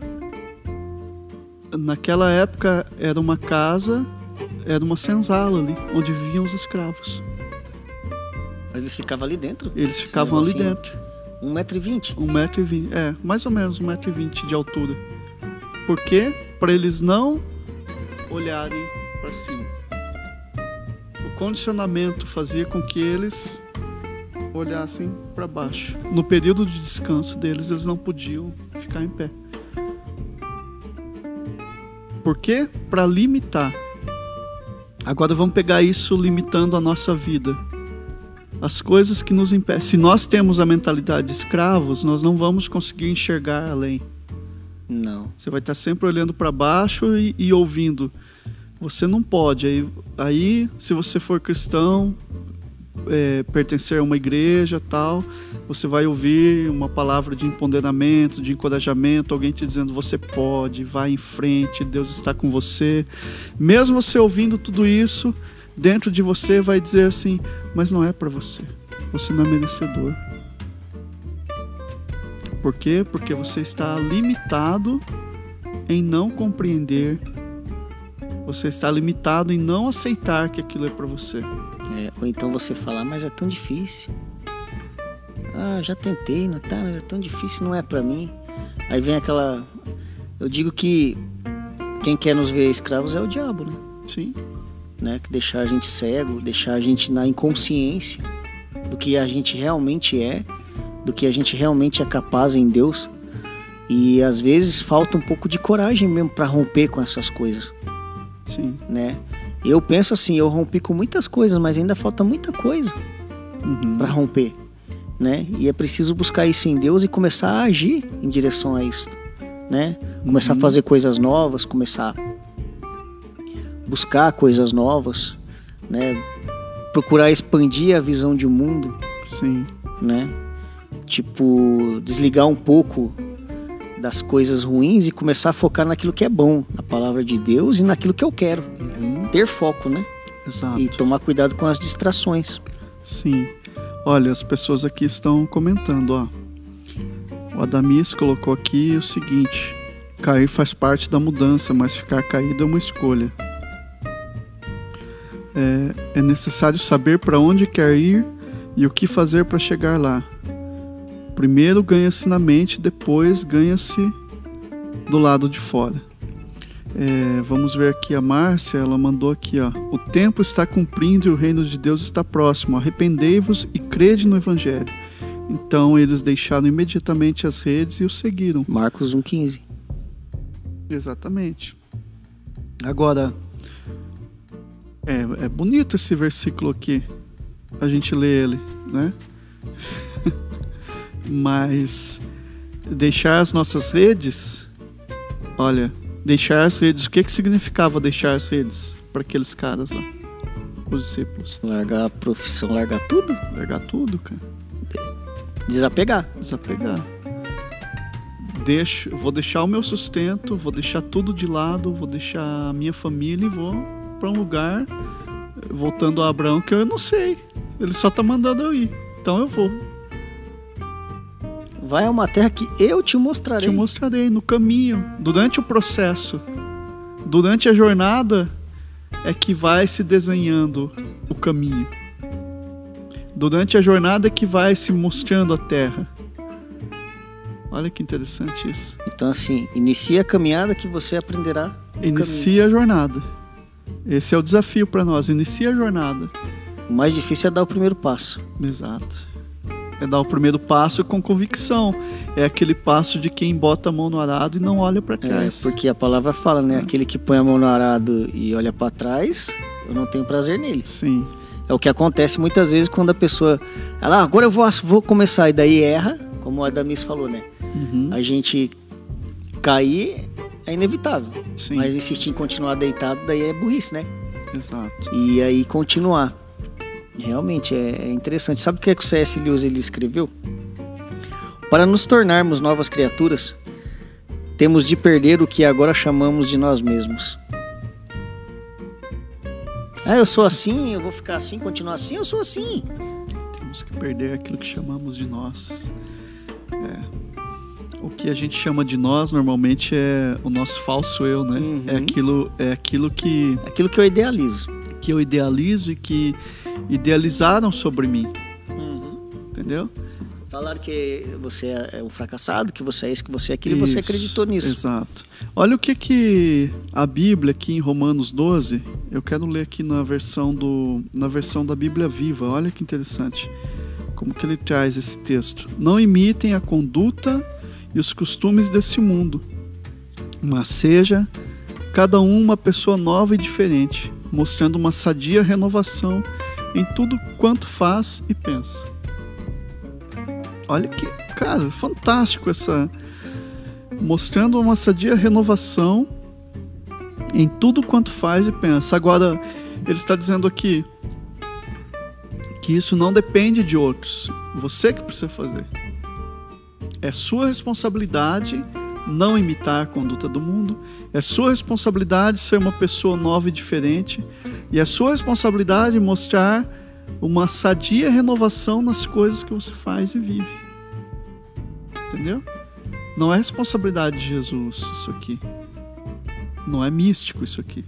Naquela época era uma casa, era uma senzala ali, onde viviam os escravos. Mas eles ficavam ali dentro? Eles ficavam ali dentro. 1,20 m? 1,20 m, mais ou menos 1,20 m de altura. Por quê? Para eles não olharem para cima. O condicionamento fazia com que eles olhassem para baixo. No período de descanso deles, eles não podiam ficar em pé. Por quê? Para limitar. Agora vamos pegar isso limitando a nossa vida. As coisas que nos impedem. Se nós temos a mentalidade de escravos, nós não vamos conseguir enxergar além. Não. Você vai estar sempre olhando para baixo e ouvindo. Você não pode. Aí se você for cristão, pertencer a uma igreja tal, você vai ouvir uma palavra de empoderamento, de encorajamento, alguém te dizendo você pode, vai em frente, Deus está com você. Mesmo você ouvindo tudo isso, dentro de você vai dizer assim, mas não é para você, você não é merecedor. Por quê? Porque você está limitado em não compreender, você está limitado em não aceitar que aquilo é para você. Ou então você fala, mas é tão difícil. Já tentei, não tá, mas é tão difícil, não é pra mim. Aí vem aquela... Eu digo que quem quer nos ver escravos é o diabo, né? Sim. Né? Que deixar a gente cego, deixar a gente na inconsciência do que a gente realmente é, do que a gente realmente é capaz em Deus. E às vezes falta um pouco de coragem mesmo pra romper com essas coisas. Sim. Né? Eu penso assim, eu rompi com muitas coisas, mas ainda falta muita coisa para romper, né? E é preciso buscar isso em Deus e começar a agir em direção a isso, né? Começar a fazer coisas novas, começar a buscar coisas novas, né? Procurar expandir a visão de mundo. Sim. Né? Tipo, desligar um pouco das coisas ruins e começar a focar naquilo que é bom, na palavra de Deus e naquilo que eu quero. Ter foco, né? Exato. E tomar cuidado com as distrações. Sim. Olha, as pessoas aqui estão comentando, ó. O Adamis colocou aqui o seguinte: cair faz parte da mudança, mas ficar caído é uma escolha. É necessário saber para onde quer ir e o que fazer para chegar lá. Primeiro ganha-se na mente, depois ganha-se do lado de fora. Vamos ver aqui a Márcia, ela mandou aqui, ó. O tempo está cumprindo e o reino de Deus está próximo. Arrependei-vos e crede no Evangelho. Então eles deixaram imediatamente as redes e o seguiram. Marcos 1,15. Exatamente. Agora, é bonito esse versículo aqui. A gente lê ele, né? Mas deixar as nossas redes, olha, deixar as redes, o que significava deixar as redes para aqueles caras lá, os discípulos? Largar a profissão, largar tudo? Largar tudo, cara. Desapegar. Vou deixar o meu sustento, vou deixar tudo de lado, vou deixar a minha família e vou para um lugar, voltando a Abraão, que eu não sei, ele só tá mandando eu ir, então eu vou. Vai a uma terra que eu te mostrarei. Te mostrarei no caminho, durante o processo, durante a jornada é que vai se desenhando o caminho. Durante a jornada é que vai se mostrando a terra. Olha que interessante isso. Então assim, inicia a caminhada que você aprenderá. Inicia a jornada. Esse é o desafio para nós, inicia a jornada. O mais difícil é dar o primeiro passo. Exato. É dar o primeiro passo com convicção. É aquele passo de quem bota a mão no arado e não olha para trás. Porque a palavra fala, né? Aquele que põe a mão no arado e olha para trás, eu não tenho prazer nele. Sim. É o que acontece muitas vezes quando a pessoa... agora eu vou começar, e daí erra, como o Adamis falou, né? A gente cair é inevitável. Sim. Mas insistir em continuar deitado, daí é burrice, né? Exato. E aí continuar. Realmente é interessante. Sabe o que é que o C.S. Lewis ele escreveu? Para nos tornarmos novas criaturas, temos de perder o que agora chamamos de nós mesmos. Eu sou assim, eu vou ficar assim, continuar assim, eu sou assim. Temos que perder aquilo que chamamos de nós. O que a gente chama de nós normalmente é o nosso falso eu, né? É aquilo que eu idealizo. Que eu idealizo e que idealizaram sobre mim. entendeu? Falaram que você é um fracassado, que você é isso, que você é aquilo, e você acreditou nisso. Exato. Olha o que a Bíblia aqui em Romanos 12, eu quero ler aqui na versão da Bíblia Viva. Olha que interessante como que ele traz esse texto. Não imitem a conduta e os costumes desse mundo, mas seja cada um uma pessoa nova e diferente, mostrando uma sadia renovação em tudo quanto faz e pensa. Olha que, cara, fantástico mostrando uma sadia renovação em tudo quanto faz e pensa. Agora, ele está dizendo aqui que isso não depende de outros. Você que precisa fazer. É sua responsabilidade não imitar a conduta do mundo. É sua responsabilidade ser uma pessoa nova e diferente. E é sua responsabilidade mostrar uma sadia renovação nas coisas que você faz e vive. Entendeu? Não é responsabilidade de Jesus isso aqui. Não é místico isso aqui.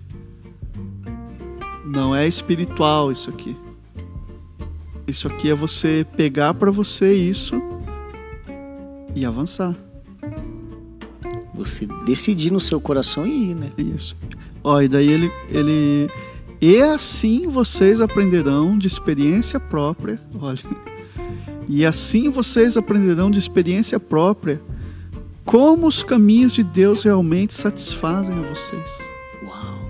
Não é espiritual isso aqui. Isso aqui é você pegar para você isso e avançar. Você decidir no seu coração e ir, né? Isso. Ó, e daí ele e assim vocês aprenderão de experiência própria. Olha. E assim vocês aprenderão de experiência própria como os caminhos de Deus realmente satisfazem a vocês. Uau!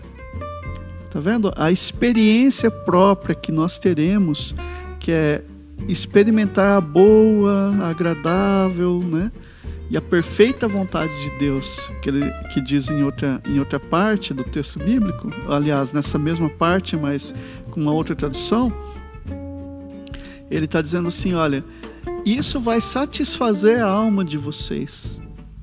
Tá vendo? A experiência própria que nós teremos, que é experimentar a boa, a agradável, né? E a perfeita vontade de Deus, que diz em outra parte do texto bíblico, aliás, nessa mesma parte, mas com uma outra tradução, ele está dizendo assim, olha, isso vai satisfazer a alma de vocês.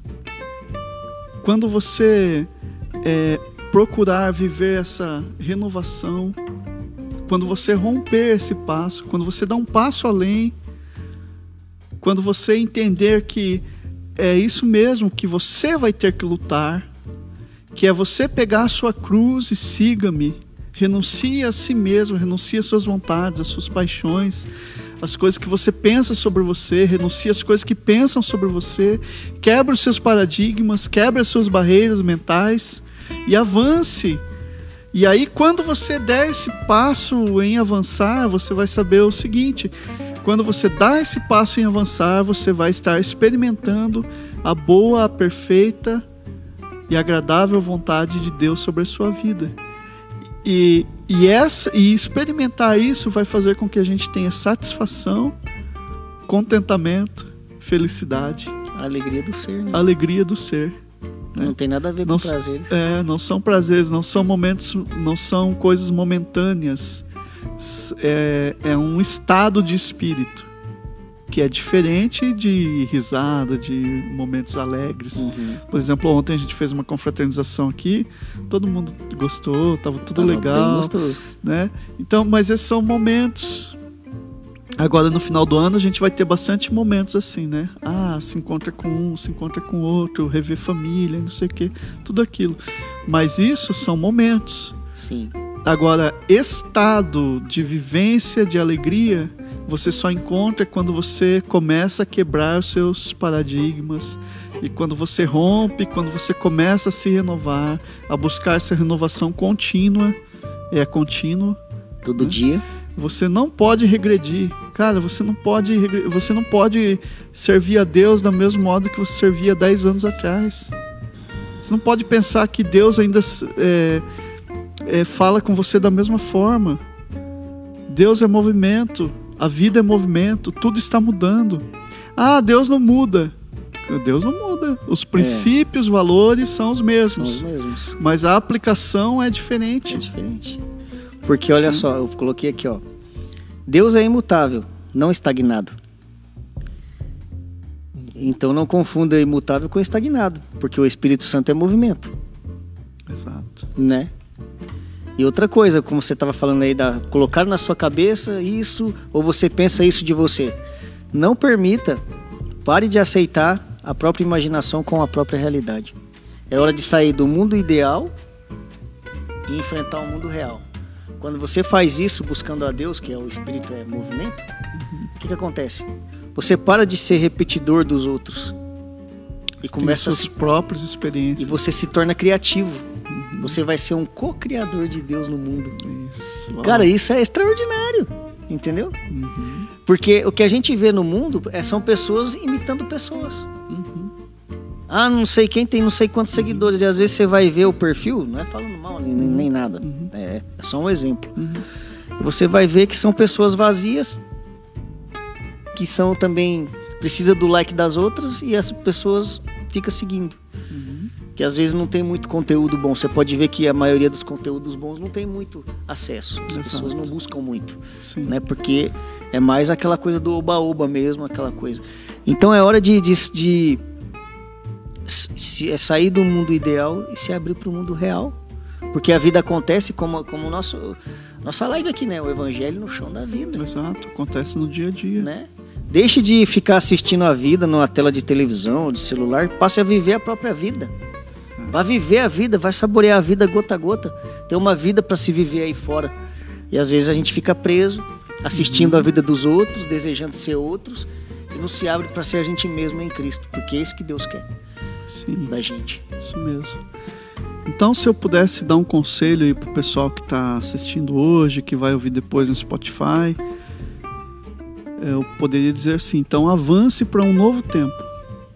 Quando você procurar viver essa renovação, quando você romper esse passo, quando você dá um passo além, quando você entender que é isso mesmo que você vai ter que lutar, que é você pegar a sua cruz e siga-me, renuncie a si mesmo, renuncie às suas vontades, às suas paixões, as coisas que você pensa sobre você, renuncie às coisas que pensam sobre você, quebre os seus paradigmas, quebre as suas barreiras mentais e avance. E aí quando você der esse passo em avançar, você vai saber o seguinte: quando você dá esse passo em avançar, você vai estar experimentando a boa, a perfeita e agradável vontade de Deus sobre a sua vida. E experimentar isso vai fazer com que a gente tenha satisfação, contentamento, felicidade. A alegria do ser, né? A alegria do ser. Né? Não tem nada a ver com prazeres. Não são prazeres, não são momentos, não são coisas momentâneas. É um estado de espírito que é diferente de risada, de momentos alegres. Uhum. Por exemplo, ontem a gente fez uma confraternização aqui, todo mundo gostou, estava tudo legal, bem gostoso, né? Então, mas esses são momentos. Agora no final do ano a gente vai ter bastante momentos assim, né? Se encontra com um, se encontra com outro, rever família, não sei o que, tudo aquilo. Mas isso são momentos. Sim. Agora, estado de vivência, de alegria, você só encontra quando você começa a quebrar os seus paradigmas e quando você rompe, quando você começa a se renovar, a buscar essa renovação contínua, contínuo. Todo dia. Você não pode regredir. Cara, você não pode servir a Deus do mesmo modo que você servia 10 anos atrás. Você não pode pensar que Deus ainda fala com você da mesma forma. Deus é movimento, a vida é movimento, tudo está mudando. Deus não muda. Deus não muda. Os princípios, valores são os mesmos. São os mesmos. Mas a aplicação é diferente. É diferente. Porque olha só, eu coloquei aqui, ó. Deus é imutável, não estagnado. Então não confunda imutável com estagnado, porque o Espírito Santo é movimento. Exato. Né? E outra coisa, como você estava falando aí, colocar na sua cabeça isso, ou você pensa isso de você. Não permita, pare de aceitar a própria imaginação com a própria realidade. É hora de sair do mundo ideal e enfrentar o mundo real. Quando você faz isso buscando a Deus, que é o Espírito, é movimento, o que acontece? Você para de ser repetidor dos outros e começa suas próprias experiências. E você se torna criativo. Você vai ser um co-criador de Deus no mundo. Isso. Cara, isso é extraordinário, entendeu? Porque o que a gente vê no mundo são pessoas imitando pessoas. Ah, não sei quem tem não sei quantos seguidores. E às vezes você vai ver o perfil, não é falando mal nem nada. É só um exemplo. Você vai ver que são pessoas vazias, que são também... Precisa do like das outras e as pessoas ficam seguindo. Que às vezes não tem muito conteúdo bom. Você pode ver que a maioria dos conteúdos bons não tem muito acesso. As pessoas não buscam muito. Né? Porque é mais aquela coisa do oba-oba mesmo, aquela coisa. Então é hora de sair do mundo ideal e se abrir para o mundo real. Porque a vida acontece como nossa live aqui, né? O Evangelho no chão da vida. Exato, acontece no dia a dia. Né? Deixe de ficar assistindo a vida numa tela de televisão, de celular. Passe a viver a própria vida. Vai viver a vida, vai saborear a vida gota a gota. Tem uma vida para se viver aí fora. E às vezes a gente fica preso, assistindo a vida dos outros, desejando ser outros, e não se abre para ser a gente mesmo em Cristo. Porque é isso que Deus quer. Sim, da gente. Isso mesmo. Então, se eu pudesse dar um conselho aí pro pessoal que está assistindo hoje, que vai ouvir depois no Spotify, eu poderia dizer assim: então avance para um novo tempo.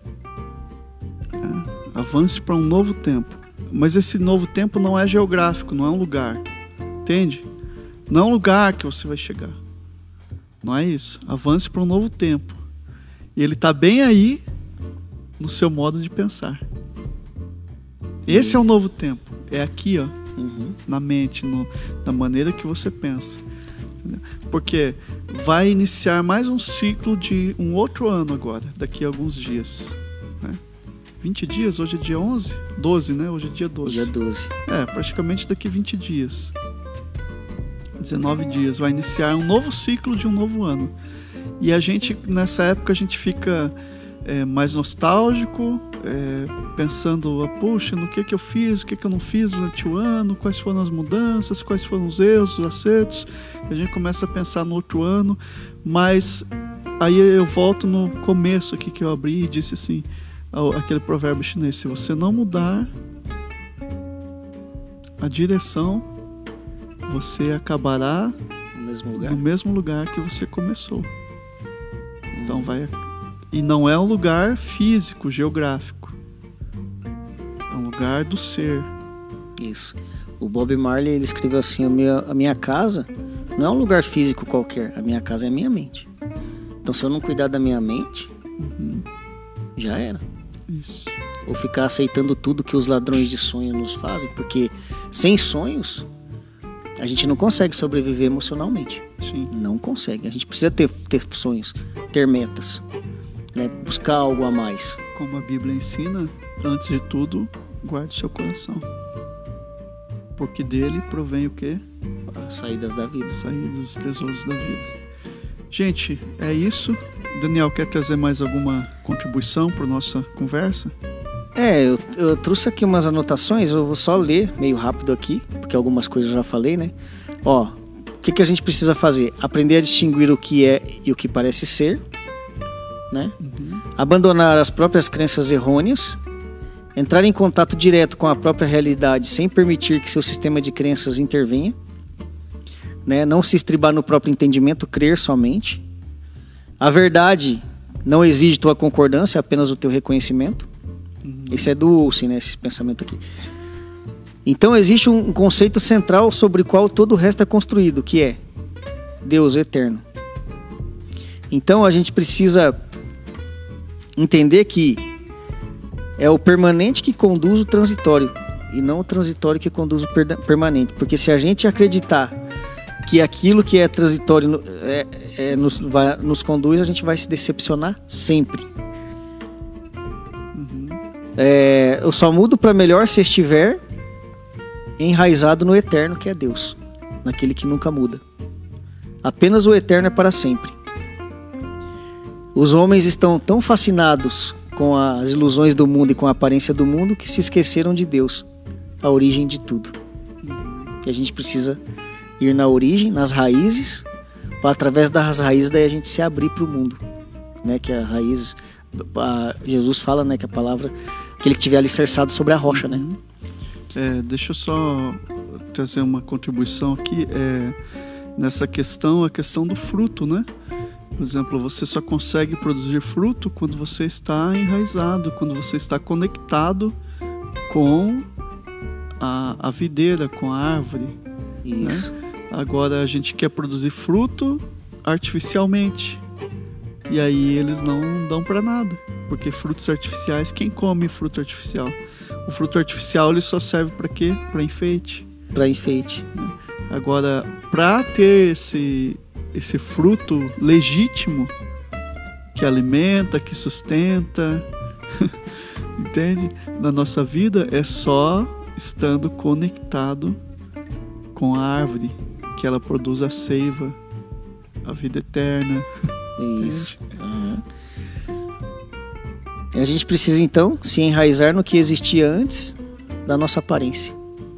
Avance para um novo tempo. Mas esse novo tempo não é geográfico, não é um lugar. Entende? Não é um lugar que você vai chegar. Não é isso. Avance para um novo tempo. E ele está bem aí no seu modo de pensar. Esse é o novo tempo. É aqui, ó, na mente, na maneira que você pensa. Entendeu? Porque vai iniciar mais um ciclo de um outro ano agora, daqui a alguns dias. 20 dias, hoje é dia 11? 12, né? Hoje é dia 12. Dia 12. Praticamente daqui 20 dias. 19 dias. Vai iniciar um novo ciclo de um novo ano. E a gente, nessa época, a gente fica mais nostálgico, pensando, puxa, no que eu fiz, o que eu não fiz durante o ano, quais foram as mudanças, quais foram os erros, os acertos. E a gente começa a pensar no outro ano. Mas aí eu volto no começo aqui que eu abri e disse assim, aquele provérbio chinês: se você não mudar a direção, você acabará no mesmo lugar que você começou. Então vai. E não é um lugar físico, geográfico. É um lugar do ser. Isso. O Bob Marley, ele escreveu assim: a minha casa não é um lugar físico qualquer. A minha casa é a minha mente. Então, se eu não cuidar da minha mente, já era. Isso. Ou ficar aceitando tudo que os ladrões de sonho nos fazem, porque sem sonhos a gente não consegue sobreviver emocionalmente. Sim. Não consegue. A gente precisa ter sonhos, ter metas, né? Buscar algo a mais. Como a Bíblia ensina, antes de tudo, guarde seu coração, porque dele provém o quê? As saídas da vida. Saídas dos tesouros da vida. Gente, é isso. Daniel, quer trazer mais alguma contribuição para nossa conversa? Eu trouxe aqui umas anotações, eu vou só ler meio rápido aqui, porque algumas coisas eu já falei, né? O que a gente precisa fazer? Aprender a distinguir o que é e o que parece ser, né? Abandonar as próprias crenças errôneas, entrar em contato direto com a própria realidade sem permitir que seu sistema de crenças intervenha, né? Não se estribar no próprio entendimento, crer somente. A verdade não exige tua concordância, apenas o teu reconhecimento. Esse é do Olsen, né? Esse pensamento aqui. Então existe um conceito central sobre o qual todo o resto é construído, que é Deus eterno. Então a gente precisa entender que é o permanente que conduz o transitório e não o transitório que conduz o permanente. Porque se a gente acreditar que aquilo que é transitório nos conduz, a gente vai se decepcionar sempre. Eu só mudo para melhor se estiver enraizado no eterno, que é Deus, naquele que nunca muda. Apenas o eterno é para sempre. Os homens estão tão fascinados com as ilusões do mundo e com a aparência do mundo que se esqueceram de Deus, a origem de tudo. E a gente precisa ir na origem, nas raízes, para através das raízes daí a gente se abrir para o mundo, né? Que as raízes, Jesus fala, né, que a palavra, aquele que tiver alicerçado sobre a rocha, né? Deixa eu só trazer uma contribuição aqui nessa questão, a questão do fruto, né? Por exemplo, você só consegue produzir fruto quando você está enraizado, quando você está conectado com a videira, com a árvore. Isso. Né? Agora a gente quer produzir fruto artificialmente. E aí eles não dão para nada. Porque frutos artificiais, quem come fruto artificial? O fruto artificial ele só serve para quê? Para enfeite. Para enfeite. Né? Agora, para ter esse fruto legítimo, que alimenta, que sustenta, entende? Na nossa vida é só estando conectado com a árvore, que ela produz a seiva, a vida eterna. Isso. A gente precisa então se enraizar no que existia antes da nossa aparência.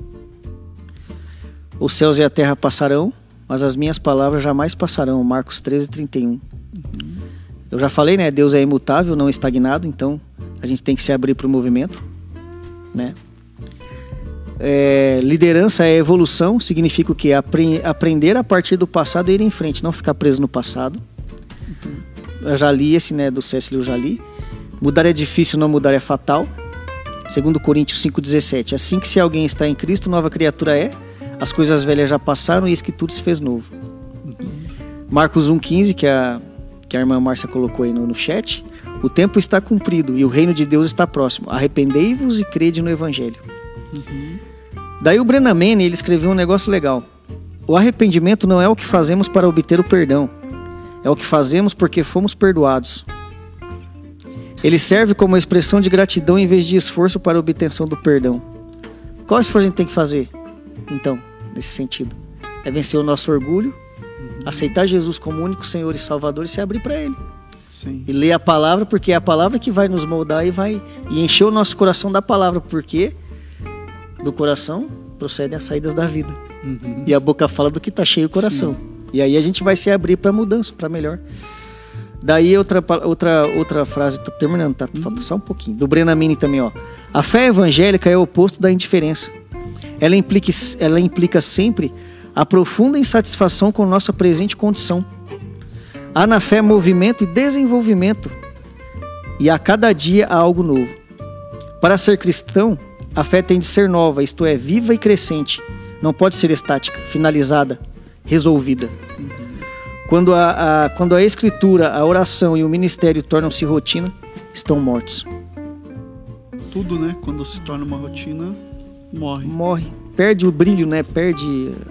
Os céus e a terra passarão, mas as minhas palavras jamais passarão. Marcos 13:31. Eu já falei, né? Deus é imutável, não estagnado, então a gente tem que se abrir para o movimento, né? Liderança é evolução, significa o quê? Aprender a partir do passado e ir em frente, não ficar preso no passado. Eu já li esse, né, do C.S. Lewis, já li. Mudar é difícil, não mudar é fatal. 2 Coríntios 5:17. Assim que se alguém está em Cristo, nova criatura é. As coisas velhas já passaram e eis que tudo se fez novo. Marcos 1:15, que a irmã Márcia colocou aí no chat. O tempo está cumprido e o reino de Deus está próximo. Arrependei-vos e crede no Evangelho. Daí o Brennan Manning, ele escreveu um negócio legal. O arrependimento não é o que fazemos para obter o perdão. É o que fazemos porque fomos perdoados. Ele serve como expressão de gratidão em vez de esforço para a obtenção do perdão. Qual esforço a gente tem que fazer? Então, nesse sentido, é vencer o nosso orgulho, aceitar Jesus como único Senhor e Salvador e se abrir para Ele. Sim. E ler a palavra, porque é a palavra que vai nos moldar e encher o nosso coração da palavra, porque do coração procedem as saídas da vida. E a boca fala do que está cheio o coração. Sim. E aí a gente vai se abrir para mudança, para melhor. Daí outra frase, tô terminando, tá? Falta só um pouquinho. Do Brennan Manning também, ó. A fé evangélica é o oposto da indiferença. Ela implica sempre a profunda insatisfação com nossa presente condição. Há na fé movimento e desenvolvimento. E a cada dia há algo novo. Para ser cristão, a fé tem de ser nova, isto é, viva e crescente. Não pode ser estática, finalizada, resolvida. Quando a escritura, a oração e o ministério tornam-se rotina, estão mortos. Tudo, né? Quando se torna uma rotina, morre. Perde o brilho, né? Perde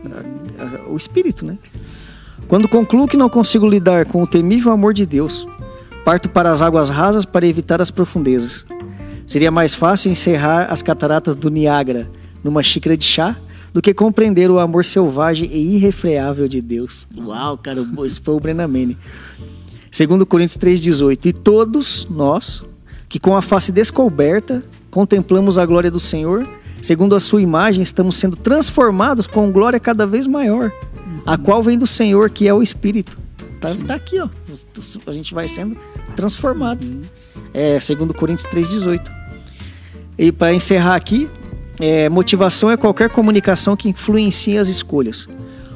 o espírito, né? Quando concluo que não consigo lidar com o temível amor de Deus, parto para as águas rasas para evitar as profundezas. Seria mais fácil encerrar as cataratas do Niágara numa xícara de chá do que compreender o amor selvagem e irrefreável de Deus. Uau, cara, esse foi o Brennan Manning. 2 Coríntios 3:18. E todos nós, que com a face descoberta contemplamos a glória do Senhor, segundo a sua imagem, estamos sendo transformados com glória cada vez maior, a qual vem do Senhor, que é o Espírito. Tá aqui, ó. A gente vai sendo transformado. 2 Coríntios 3:18. E para encerrar aqui, motivação é qualquer comunicação que influencie as escolhas.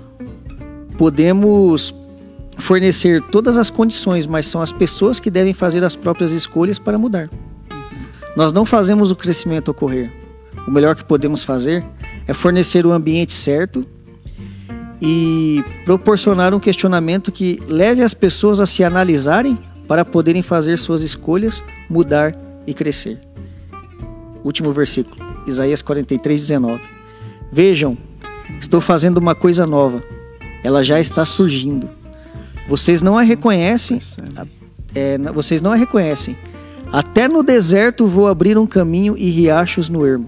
Podemos fornecer todas as condições, mas são as pessoas que devem fazer as próprias escolhas para mudar. Nós não fazemos o crescimento ocorrer. O melhor que podemos fazer é fornecer o ambiente certo e proporcionar um questionamento que leve as pessoas a se analisarem para poderem fazer suas escolhas, mudar e crescer. Último versículo. Isaías 43:19. Vejam, estou fazendo uma coisa nova. Ela já está surgindo. Vocês não a reconhecem. Vocês não a reconhecem. Até no deserto vou abrir um caminho e riachos no ermo.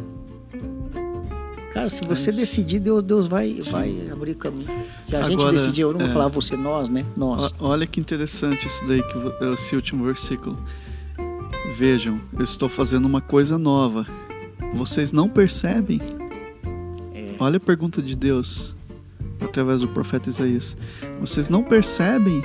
Cara, se você decidir, Deus vai abrir o caminho. Se a gente decidir, eu não vou falar você, nós, né? Nós. Olha que interessante isso daí, esse último versículo. Vejam, eu estou fazendo uma coisa nova. Vocês não percebem? Olha a pergunta de Deus. através do profeta Isaías. Vocês não percebem?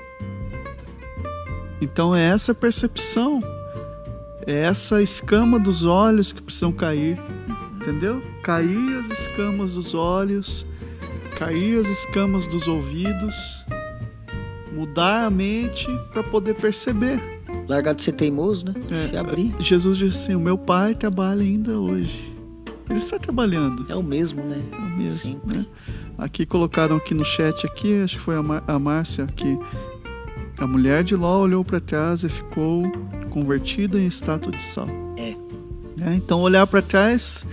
Então é essa percepção, é essa escama dos olhos que precisam cair, entendeu? Cair as escamas dos olhos, cair as escamas dos ouvidos, mudar a mente para poder perceber. Largar de ser teimoso, né? Se abrir. Jesus disse assim: o meu Pai trabalha ainda hoje. Ele está trabalhando. É o mesmo, né? É o mesmo. Sempre. Né? Aqui colocaram aqui no chat, aqui, acho que foi a Márcia, que a mulher de Ló olhou para trás e ficou convertida em estátua de sal. Então olhar para trás,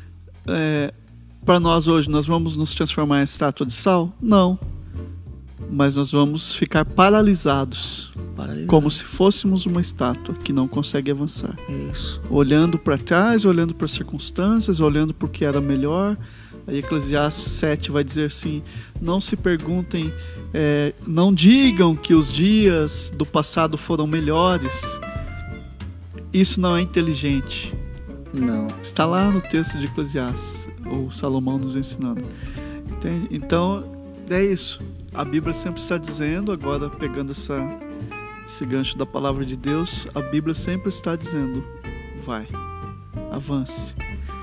para nós hoje, nós vamos nos transformar em estátua de sal? Não. Mas nós vamos ficar paralisados. Como se fôssemos uma estátua que não consegue avançar. Isso. Olhando para trás, olhando para as circunstâncias, olhando para o que era melhor. Aí Eclesiastes 7 vai dizer assim: não se perguntem, não digam que os dias do passado foram melhores. Isso não é inteligente. Não. Está lá no texto de Eclesiastes, o Salomão nos ensinando. Entende? Então, é isso. A Bíblia sempre está dizendo, agora pegando esse gancho da palavra de Deus, a Bíblia sempre está dizendo: vai, avance,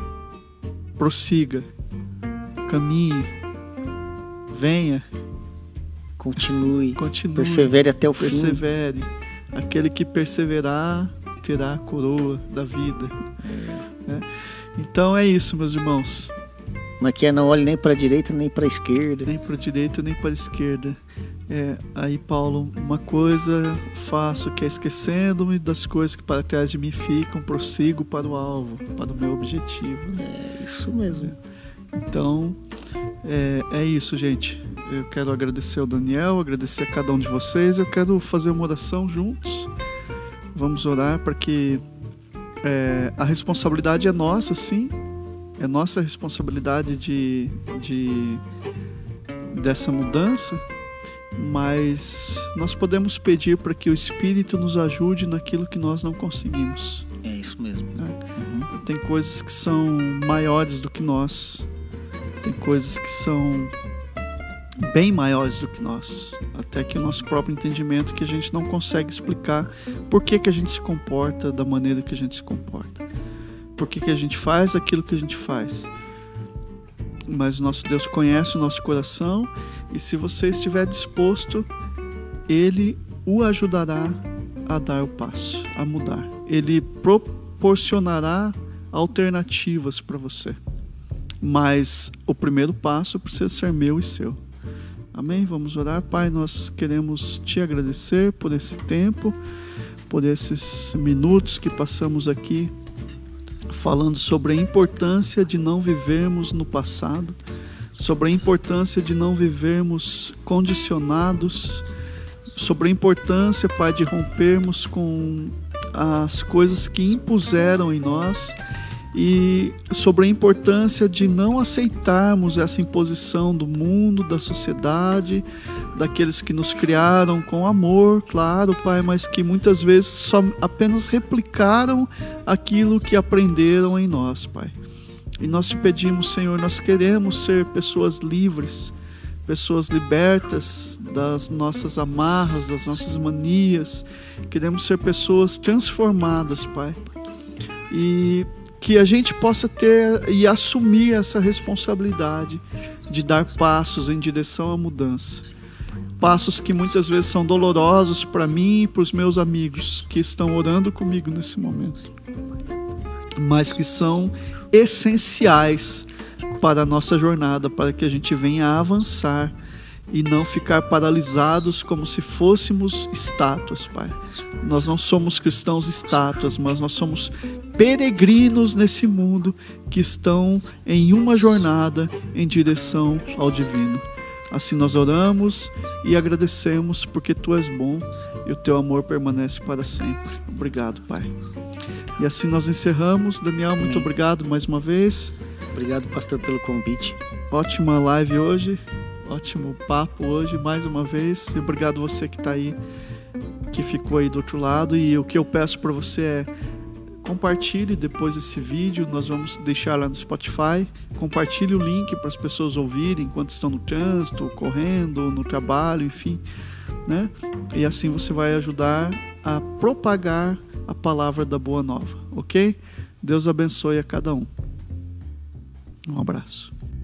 prossiga, caminhe, venha, continue, persevere até o fim. Persevere. Aquele que perseverar terá a coroa da vida. Né? Então é isso, meus irmãos. Mas que não olhe nem para a direita nem para a esquerda. Nem para a direita nem para a esquerda. Aí Paulo, uma coisa faço, que é esquecendo-me das coisas que para trás de mim ficam, prossigo para o alvo, para o meu objetivo. É isso mesmo. Então, é isso, gente. Eu quero agradecer ao Daniel, agradecer a cada um de vocês. Eu quero fazer uma oração juntos. Vamos orar para que a responsabilidade é nossa, sim. É nossa responsabilidade dessa mudança, mas nós podemos pedir para que o Espírito nos ajude naquilo que nós não conseguimos. É isso mesmo. Tem coisas que são maiores do que nós, tem coisas que são bem maiores do que nós, até que o nosso próprio entendimento, que a gente não consegue explicar por que a gente se comporta da maneira que a gente se comporta. Por que a gente faz aquilo que a gente faz. Mas o nosso Deus conhece o nosso coração, e se você estiver disposto, Ele o ajudará a dar o passo, a mudar. Ele proporcionará alternativas para você. Mas o primeiro passo precisa ser meu e seu. Amém? Vamos orar. Pai, nós queremos Te agradecer por esse tempo, por esses minutos que passamos aqui, falando sobre a importância de não vivermos no passado, sobre a importância de não vivermos condicionados, sobre a importância, Pai, de rompermos com as coisas que impuseram em nós, e sobre a importância de não aceitarmos essa imposição do mundo, da sociedade, daqueles que nos criaram com amor, claro, Pai, mas que muitas vezes só apenas replicaram aquilo que aprenderam em nós, Pai. E nós Te pedimos, Senhor, nós queremos ser pessoas livres, pessoas libertas das nossas amarras, das nossas manias. Queremos ser pessoas transformadas, Pai. E que a gente possa ter e assumir essa responsabilidade de dar passos em direção à mudança. Passos que muitas vezes são dolorosos para mim e para os meus amigos que estão orando comigo nesse momento, mas que são essenciais para a nossa jornada, para que a gente venha a avançar e não ficar paralisados como se fôssemos estátuas, Pai. Nós não somos cristãos estátuas, mas nós somos peregrinos nesse mundo que estão em uma jornada em direção ao divino. Assim nós oramos e agradecemos, porque Tu és bom e o Teu amor permanece para sempre. Obrigado, Pai. E assim nós encerramos. Daniel, muito obrigado mais uma vez. Obrigado, pastor, pelo convite. Ótima live hoje, ótimo papo hoje, mais uma vez. E obrigado você que está aí, que ficou aí do outro lado. E o que eu peço para você é: compartilhe depois esse vídeo, nós vamos deixar lá no Spotify. Compartilhe o link para as pessoas ouvirem enquanto estão no trânsito, correndo, no trabalho, enfim, né? E assim você vai ajudar a propagar a palavra da Boa Nova, ok? Deus abençoe a cada um. Um abraço.